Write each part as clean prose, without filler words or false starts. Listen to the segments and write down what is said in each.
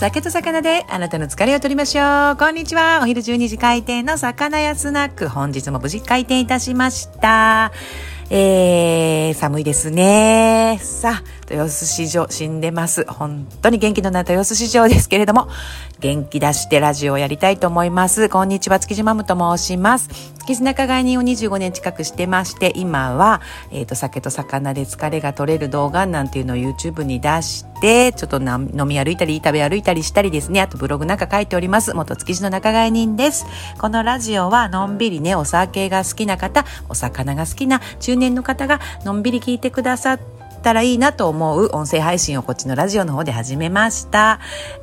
酒と魚であなたの疲れを取りましょう。こんにちは。お昼12時開店の魚屋スナック。本日も無事開店いたしました。寒いですね。さあ、豊洲市場死んでます。本当に元気のない豊洲市場ですけれども、元気出してラジオをやりたいと思います。こんにちは、築地マムと申します。築地仲買人を25年近くしてまして、今は、酒と魚で疲れが取れる動画なんていうのを YouTube に出して、ちょっと飲み歩いたり食べ歩いたりしたりですね。あとブログなんか書いております。元築地の仲買人です。このラジオはのんびりね、お酒が好きな方、お魚が好きな中年の方がのんびり聞いてくださったらいいなと思う音声配信をこっちのラジオの方で始めました。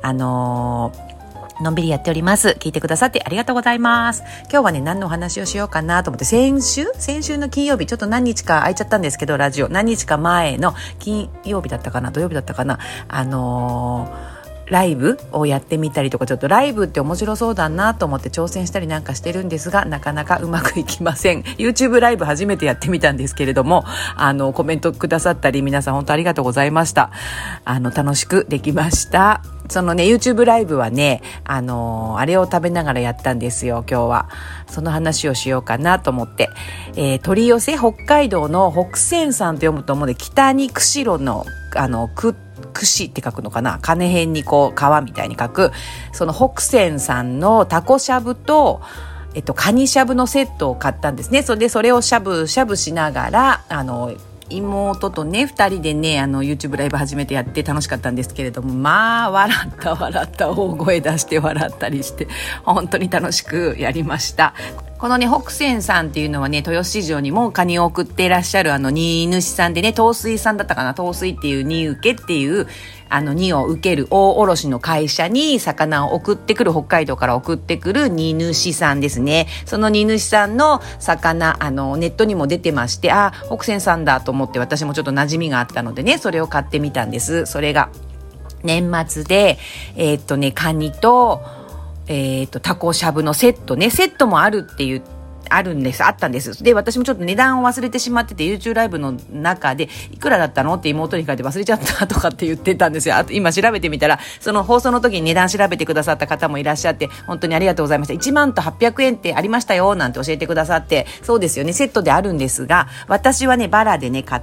のんびりやっております。聞いてくださってありがとうございます。今日はね、何のお話をしようかなと思って、先週の金曜日、ちょっと何日か空いちゃったんですけど、ラジオ何日か前の金曜日だったかな、土曜日だったかな、ライブをやってみたりとか、ちょっとライブって面白そうだなと思って挑戦したりなんかしてるんですが、なかなかうまくいきません。YouTube ライブ初めてやってみたんですけれども、コメントくださったり皆さん本当ありがとうございました。楽しくできました。そのね、YouTube ライブはね、あれを食べながらやったんですよ、今日は。その話をしようかなと思って。取り寄せ、北海道の北仙さんと読むと思うので、北に釧路の、串って書くのかな、金辺にこう川みたいに書く、その北仙さんのタコしゃぶとカニしゃぶのセットを買ったんですね。それをしゃぶしゃぶしながら妹とね2人でねYouTube ライブ始めてやって楽しかったんですけれども、まあ笑った大声出して笑ったりして本当に楽しくやりました。このね、北仙さんっていうのはね、豊洲市場にもカニを送っていらっしゃる荷主さんでね、東水さんだったかな、東水っていう荷受けっていう荷を受ける大卸の会社に魚を送ってくる、北海道から送ってくる荷主さんですね。その荷主さんの魚ネットにも出てまして、北仙さんだと思って私もちょっと馴染みがあったのでね、それを買ってみたんです。それが年末でカニとタコしゃぶのセットもあったんです。で、私もちょっと値段を忘れてしまってて、YouTube ライブの中で、いくらだったのって妹に書いて忘れちゃったとかって言ってたんですよ。あと今調べてみたら、その放送の時に値段調べてくださった方もいらっしゃって、本当にありがとうございました。1万と800円ってありましたよ、なんて教えてくださって、そうですよね、セットであるんですが、私はね、バラで買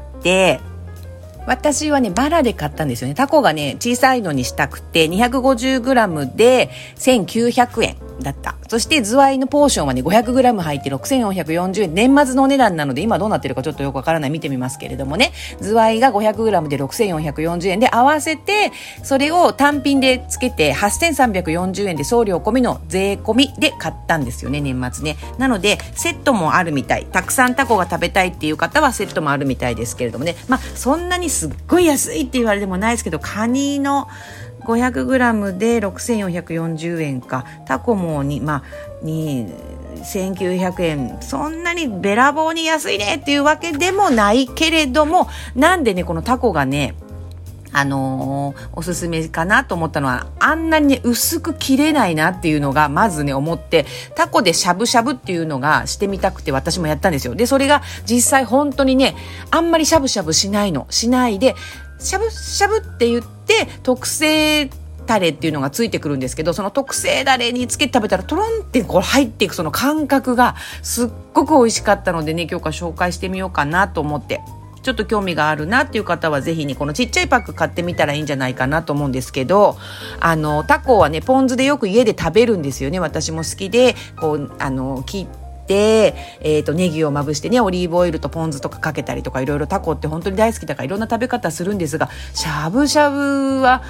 ったんですよね。タコがね、小さいのにしたくて、250g で1900円だった。そしてズワイのポーションはね、500g 入って6440円。年末のお値段なので、今どうなってるかちょっとよくわからない。見てみますけれどもね。ズワイが 500g で6440円で、合わせて、それを単品でつけて8340円で送料込みの税込みで買ったんですよね、年末ね。なので、セットもあるみたい。たくさんタコが食べたいっていう方はセットもあるみたいですけれどもね。そんなにすっごい安いって言われてもないですけど、カニの500g で6440円か、タコも1900円、そんなにべらぼうに安いねっていうわけでもないけれども、なんでね、このタコがね、おすすめかなと思ったのは、あんなにね、薄く切れないなっていうのがまずね、思って、タコでしゃぶしゃぶっていうのがしてみたくて私もやったんですよ。で、それが実際本当にね、あんまりしゃぶしゃぶしないで、しゃぶしゃぶって言って特製タレっていうのがついてくるんですけど、その特製タレにつけて食べたらトロンってこう入っていくその感覚がすっごく美味しかったのでね、今日から紹介してみようかなと思って、ちょっと興味があるなっていう方はぜひね、このちっちゃいパック買ってみたらいいんじゃないかなと思うんですけど、タコはね、ポン酢でよく家で食べるんですよね。私も好きで、こう切ってネギをまぶしてね、オリーブオイルとポン酢とかかけたりとか、いろいろタコって本当に大好きだからいろんな食べ方するんですが、しゃぶしゃぶは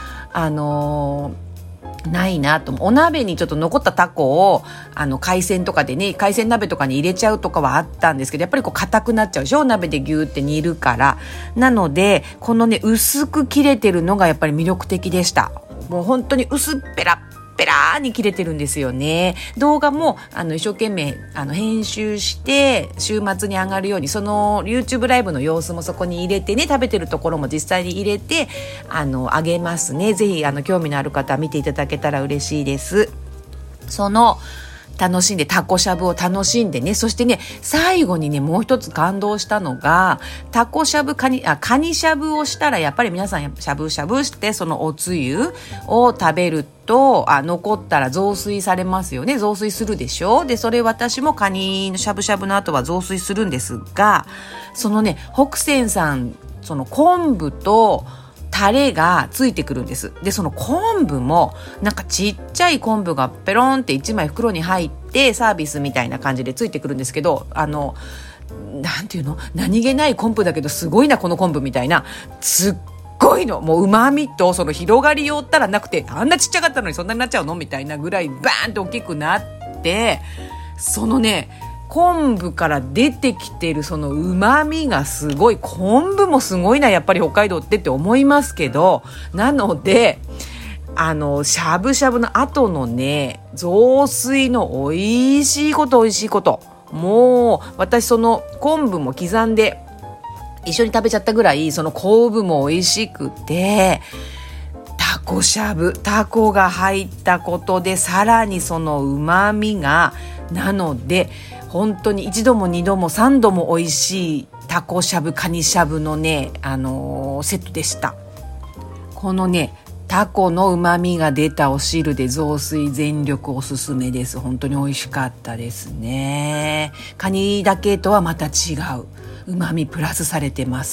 ないなと。お鍋にちょっと残ったタコを海鮮とかでね、海鮮鍋とかに入れちゃうとかはあったんですけど、やっぱりこう硬くなっちゃうでしょ、鍋でギューって煮るから。なのでこのね、薄く切れてるのがやっぱり魅力的でした。もう本当に薄っぺらペラーに切れてるんですよね。動画も一生懸命編集して週末に上がるように、その YouTube ライブの様子もそこに入れてね、食べてるところも実際に入れて上げますね。ぜひ興味のある方は見ていただけたら嬉しいです。その楽しんで、タコしゃぶを楽しんでね、そしてね、最後にね、もう一つ感動したのが、タコしゃぶ、カニしゃぶをしたら、やっぱり皆さんしゃぶしゃぶして、そのおつゆを食べると、残ったら雑炊されますよね。雑炊するでしょ。で、それ私もカニのしゃぶしゃぶの後は雑炊するんですが、そのね、北仙さん、その昆布と、タレがついてくるんです。で、その昆布も、なんかちっちゃい昆布がペロンって1枚袋に入ってサービスみたいな感じでついてくるんですけど、なんていうの？何気ない昆布だけどすごいな、この昆布みたいな。すっごいの。もう旨味とその広がりよったらなくて、あんなちっちゃかったのにそんなになっちゃうのみたいなぐらいバーンと大きくなって、そのね、昆布から出てきてるその旨味がすごい。昆布もすごいな、やっぱり北海道って思いますけど、なのでしゃぶしゃぶの後のね、雑炊の美味しいこと、もう私その昆布も刻んで一緒に食べちゃったぐらい、その昆布も美味しくて、タコしゃぶ、タコが入ったことでさらにその旨味が、なので本当に一度も二度も三度も美味しいタコしゃぶ、カニしゃぶのね、セットでした。このね、タコの旨味が出たお汁で雑炊全力おすすめです。本当に美味しかったですね。カニだけとはまた違う旨味プラスされてます。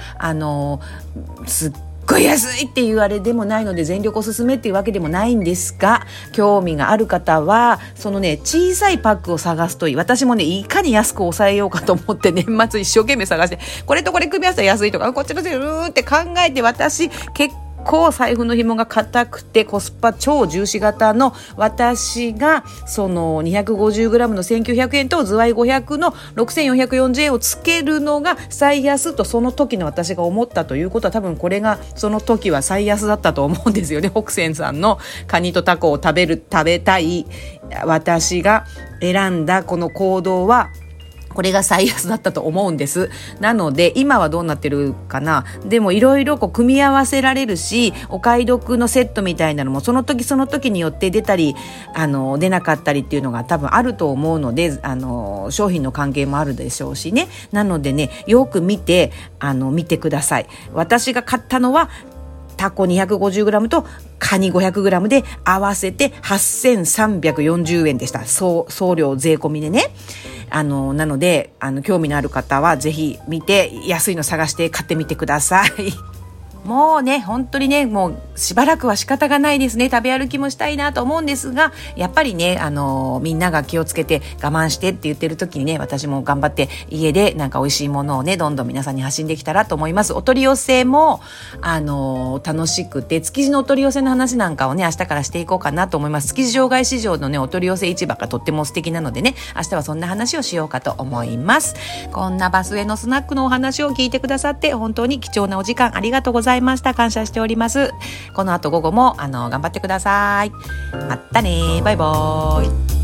すっごい安いっていうあれでもないので全力おすすめっていうわけでもないんですが、興味がある方はそのね、小さいパックを探すといい。私もね、いかに安く抑えようかと思って年末一生懸命探して、これとこれ組み合わせたら安いとか、こっちのせいって考えて、私結構財布の紐が硬くてコスパ超重視型の私が、その 250g の1900円とズワイ500の6440円をつけるのが最安と、その時の私が思ったということは、多分これがその時は最安だったと思うんですよね。北仙さんのカニとタコを食べたい私が選んだこの行動は、これが最安だったと思うんです。なので今はどうなってるかな。でもいろいろ組み合わせられるし、お買い得のセットみたいなのもその時その時によって出たり出なかったりっていうのが多分あると思うので、商品の関係もあるでしょうしね。なのでね、よく見てください。私が買ったのはタコ 250g とカニ 500g で合わせて8340円でした。送料税込みでね。なので興味のある方はぜひ見て、安いの探して買ってみてください。もうね、本当にね、もうしばらくは仕方がないですね。食べ歩きもしたいなと思うんですが、やっぱりね、みんなが気をつけて我慢してって言ってる時にね、私も頑張って家でなんか美味しいものをね、どんどん皆さんに発信できたらと思います。お取り寄せも楽しくて、築地のお取り寄せの話なんかをね、明日からしていこうかなと思います。築地場外市場のね、お取り寄せ市場がとっても素敵なのでね、明日はそんな話をしようかと思います。こんなバスへのスナックのお話を聞いてくださって本当に貴重なお時間ありがとうございました。感謝しております。この後午後も頑張ってください。またね、バイバーイ。